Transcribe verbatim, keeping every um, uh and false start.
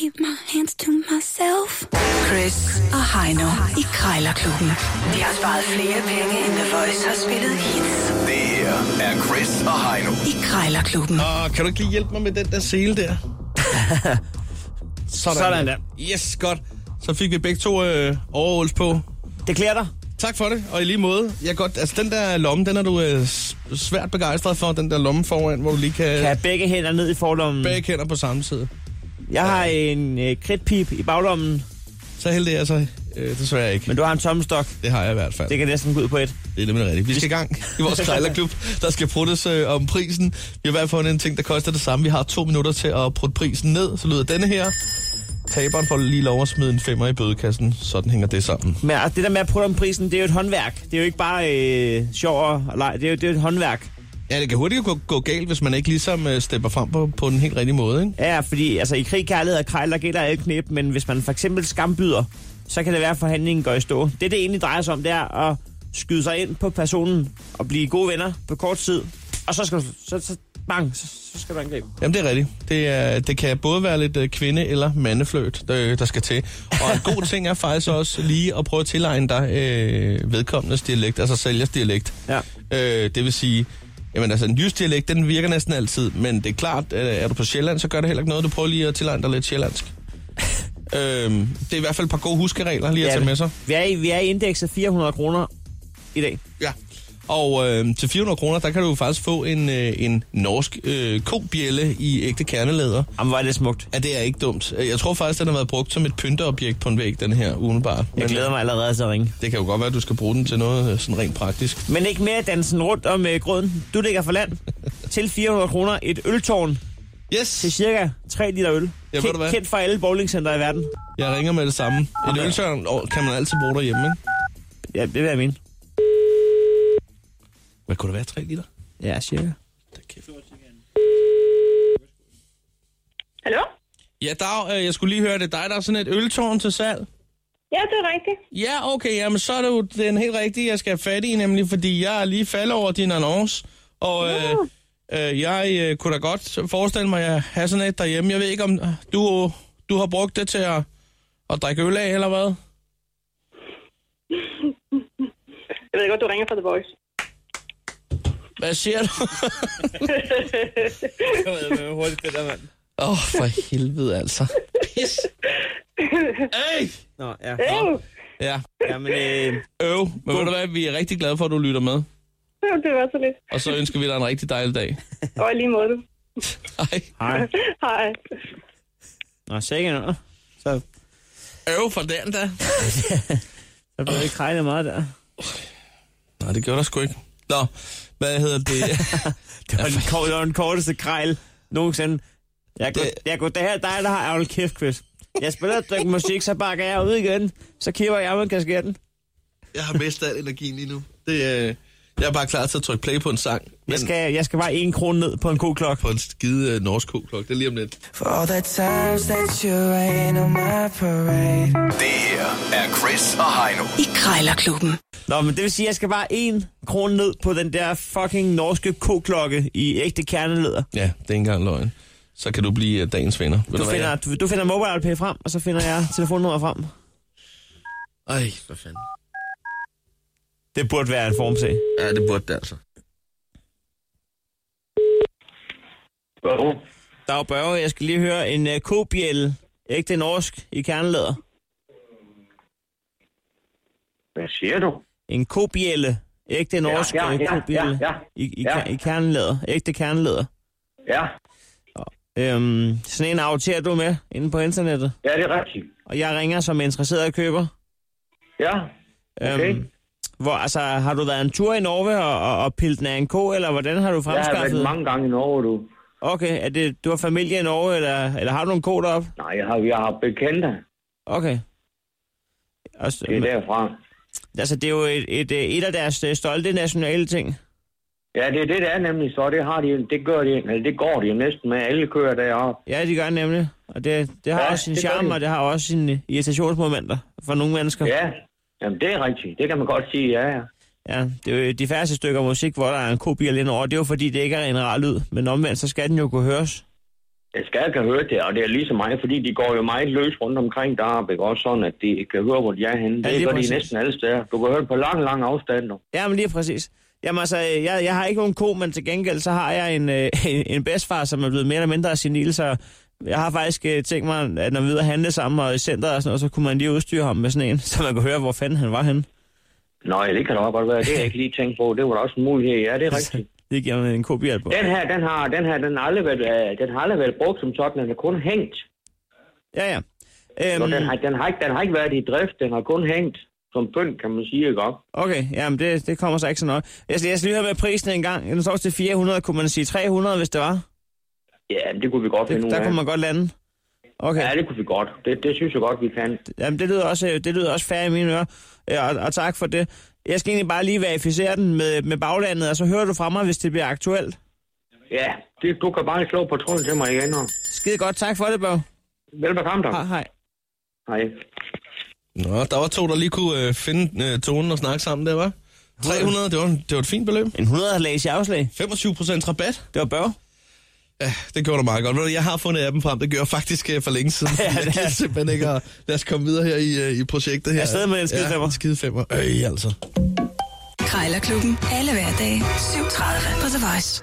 keep my hands to myself. Chris og Heino i Krejlerklubben. De har sparet flere penge, end The Voice har spillet hits. Det her er Chris og Heino i Krejlerklubben. Åh, kan du ikke lige hjælpe mig med den der sele der? Sådan, Sådan der. Yes, godt. Så fik vi begge to øh, overholds på. Det klæder dig. Tak for det, og i lige måde. Jeg godt, altså den der lomme, den er du øh, svært begejstret for, den der lomme foran, hvor du lige kan... Kan have begge hænder ned i forlommen. Begge hænder på samme side. Jeg har en øh, kridtpip i baglommen. Så heldig er jeg så øh, desværre ikke. Men du har en tommestok. Det har jeg i hvert fald. Det kan næsten gå ud på et. Det er nemlig rigtigt. Vi skal i gang i vores Krejlerklub. Der skal pruttes øh, om prisen. Vi har i hvert fald en ting, der koster det samme. Vi har to minutter til at prutte prisen ned. Så lyder denne her. Taberen får lige lov at smide en femmer i bødekassen. Sådan hænger det sammen. Men altså, det der med at prutte om prisen, det er jo et håndværk. Det er jo ikke bare øh, sjov og leg. Det er jo, det er jo et håndværk. Ja, det kan hurtigt gå, gå galt, hvis man ikke ligesom øh, stepper frem på, på den helt rigtige måde, ikke? Ja, fordi altså, i krig, kærlighed og krejl, der gælder alle knep, men hvis man for eksempel skambyder, så kan det være, at forhandlingen går i stå. Det, det egentlig drejer sig om, det er at skyde sig ind på personen og blive gode venner på kort tid. Og så skal du, så, så, bang, så, så skal du angribe. Jamen, det er rigtigt. Det, er, det kan både være lidt kvinde- eller mandefløjt, der, der skal til. Og en god ting er faktisk også lige at prøve at tilegne dig øh, vedkommendes dialekt, altså sælgers dialekt. Ja. Øh, det vil sige... Jamen altså, en jysk dialekt, den virker næsten altid, men det er klart, er du på Sjælland, så gør det heller ikke noget, du prøver lige at tilegne dig lidt sjællandsk. øhm, det er i hvert fald et par gode huskeregler lige at ja, tage med sig. Vi er, i, vi er i indekset fire hundrede kroner i dag. Ja, og øh, til fire hundrede kroner, der kan du faktisk få en, øh, en norsk øh, kobjælle i ægte kernelæder. Jamen, hvor er det smukt. Ja, det er ikke dumt. Jeg tror faktisk, den har været brugt som et pynteobjekt på en væg, den her, umiddelbart. Jeg glæder mig allerede til at ringe. Det kan jo godt være, at du skal bruge den til noget sådan rent praktisk. Men ikke mere dansen rundt om øh, grøden. Du ligger for land til fire hundrede kroner. Et øltårn yes. til cirka tre liter øl. Ja, Kendt, kendt for alle bowlingcenter i verden. Jeg ringer med det samme. Et øltårn kan man altid bruge derhjemme, ikke? Ja, det vil jeg mene. Hvad kunne det være? tre liter? Ja, cirka. Hallo? Ja, Dag, jeg skulle lige høre det. Dig, der er sådan et øltårn til salg. Ja, det er rigtigt. Ja, okay, jamen så er det jo den helt rigtige, jeg skal have fat i, nemlig fordi jeg er lige faldet over din annonce, og øh, øh, jeg øh, kunne da godt forestille mig at have sådan et derhjemme. Jeg ved ikke, om du, du har brugt det til at, at drikke øl af, eller hvad? Jeg ved godt, du ringer fra The Voice. Hvad siger du? Jeg ved hurtigt det der, mand. Åh, oh, for helvede altså. Pis. Ej! Nå, ja. Øv! Ja. Jamen, øh... Øv. Men ved du hvad, vi er rigtig glade for, at du lytter med. Øv, det var så lidt. Og så ønsker vi dig en rigtig dejlig dag. Og i lige måde. Hej. Hej. Hej. Nå, sikkert noget. Så... Øv for den da. Så blev ikke krejlet meget der. Nej, det gjorde der sgu ikke. Nå, hvad hedder det? det, var den, det var den korteste krejl nogensinde. Jeg går, det... jeg går det her dig, der har ærgerligt kæft, Chris. Jeg spiller et stykke musik, så bakker jeg ud igen. Så kipper jeg med kasketten. Jeg har mistet al energien lige nu. Det, øh, jeg er bare klar til at trykke play på en sang. Jeg skal, jeg skal bare en krone ned på en koklok. På en skide uh, norsk koklok. Det er lige om lidt. For all the times that you rain on my parade. Det her er Chris og Heino i Krejlerklubben. Nå, men det vil sige, at jeg skal bare en krone ned på den der fucking norske koklokke i ægte kernelæder. Ja, det er ikke engang løgn. Så kan du blive uh, dagens vinder. Du, du, finder, du, du finder MobilePay frem, og så finder jeg telefonnummer frem. Ej, for fanden. Det burde være en formsag. Ja, det burde det altså. Børge. Dag Børge, jeg skal lige høre en uh, kobjælle, ægte norsk i kernelæder. Hvad siger du? En kobjælle, ægte norsk ja, ja, ja, kobjælle ja, ja. i, i, ja. i kernelæder, ægte kernelæder. Ja. Øhm, sådan en aftager du med inde på internettet. Ja, det er rigtigt. Og jeg ringer som interesseret køber. Ja, okay. Øhm, hvor, altså, har du været en tur i Norge og, og, og pillet den af en ko, eller hvordan har du fremskaffet? Jeg har været mange gange i Norge, du. Okay, er det, du har familie i Norge, eller, eller har du en ko deroppe? Nej, jeg har, jeg har bekendte. Okay. Altså, det er derfra. Altså, det er jo et, et, et af deres stolte nationale ting. Ja, det er det, der er nemlig så. Det har de, det gør de, eller det går de jo næsten med. Alle kører deroppe. Ja, de gør nemlig. Og det, det har ja, også sin charme, og det har også sine irritationsmomenter for nogle mennesker. Ja, jamen det er rigtigt. Det kan man godt sige, ja, ja. Ja, det er jo de færreste stykker musik, hvor der er en kobil ind over. Det er jo fordi, det ikke er en rar lyd. Men omvendt, så skal den jo kunne høres. Jeg skal kan høre det, og det er ligesom mig, fordi de går jo meget løs rundt omkring deroppe, ikke? Også sådan, at de kan høre, hvor de er henne. Ja, det gør præcis. de næsten alle steder. Du kan høre det på lang, lang afstand nu. Ja, men lige præcis. Jamen altså, jeg, jeg har ikke nogen ko, men til gengæld så har jeg en, øh, en, en bedstfar, som er blevet mere eller mindre senil, så jeg har faktisk øh, tænkt mig, at når vi er ude at handle sammen og i centret og sådan noget, så kunne man lige udstyre ham med sådan en, så man kunne høre, hvor fanden han var henne. Nå, ja, det kan da også godt være. Det har jeg ikke lige tænkt på. Det var da også en mulighed. Ja, det er rigtigt. Det giver mig en kopial på. Den her, den har, den her, den har aldrig været, øh, den har aldrig været brugt som sådan. Den er kun hængt. Ja, ja. Øhm, Øhm, den, har, den, har ikke, den har ikke været i drift. Den har kun hængt som pynt, kan man sige, ikke op? okay, jamen det, det kommer så ikke så noget. Jeg skal, jeg skal lige høre med prisen en gang. Den står til fire hundrede. Kunne man sige tre hundrede, hvis det var? Ja, det kunne vi godt finde Det, ud der af. kunne man godt lande. Okay. Ja, det kunne vi godt. Det, det synes jeg godt, vi kan. Jamen, det lyder også, det lyder også fair i mine ører, ja, og, og tak for det. Jeg skal egentlig bare lige verificere den med, med baglandet, og så hører du fra mig, hvis det bliver aktuelt. Ja, det, du kan bare slå på tråden til mig igen. Og... Skide godt, tak for det, Børg. Velbekomme dig. Hej, hej. Hej. Nå, der var to, der lige kunne øh, finde øh, tonen og snakke sammen der, var. tre hundrede, det var, det var et fint beløb. En hundrede lags i afslag. femogtyve procent rabat. Det var Børg. Ja, det gjorde du meget godt. Ved du, jeg har fundet appen frem, det gør jeg faktisk øh, for længe siden. Ja, Jeg det kan er- simpelthen ikke at... Lad os komme videre her i, øh, i projektet her. Afsted med den skide femmer. Ja, skide femmer. Øh, altså. Krejlerklubben. Alle hverdage. syv tredive på The Voice.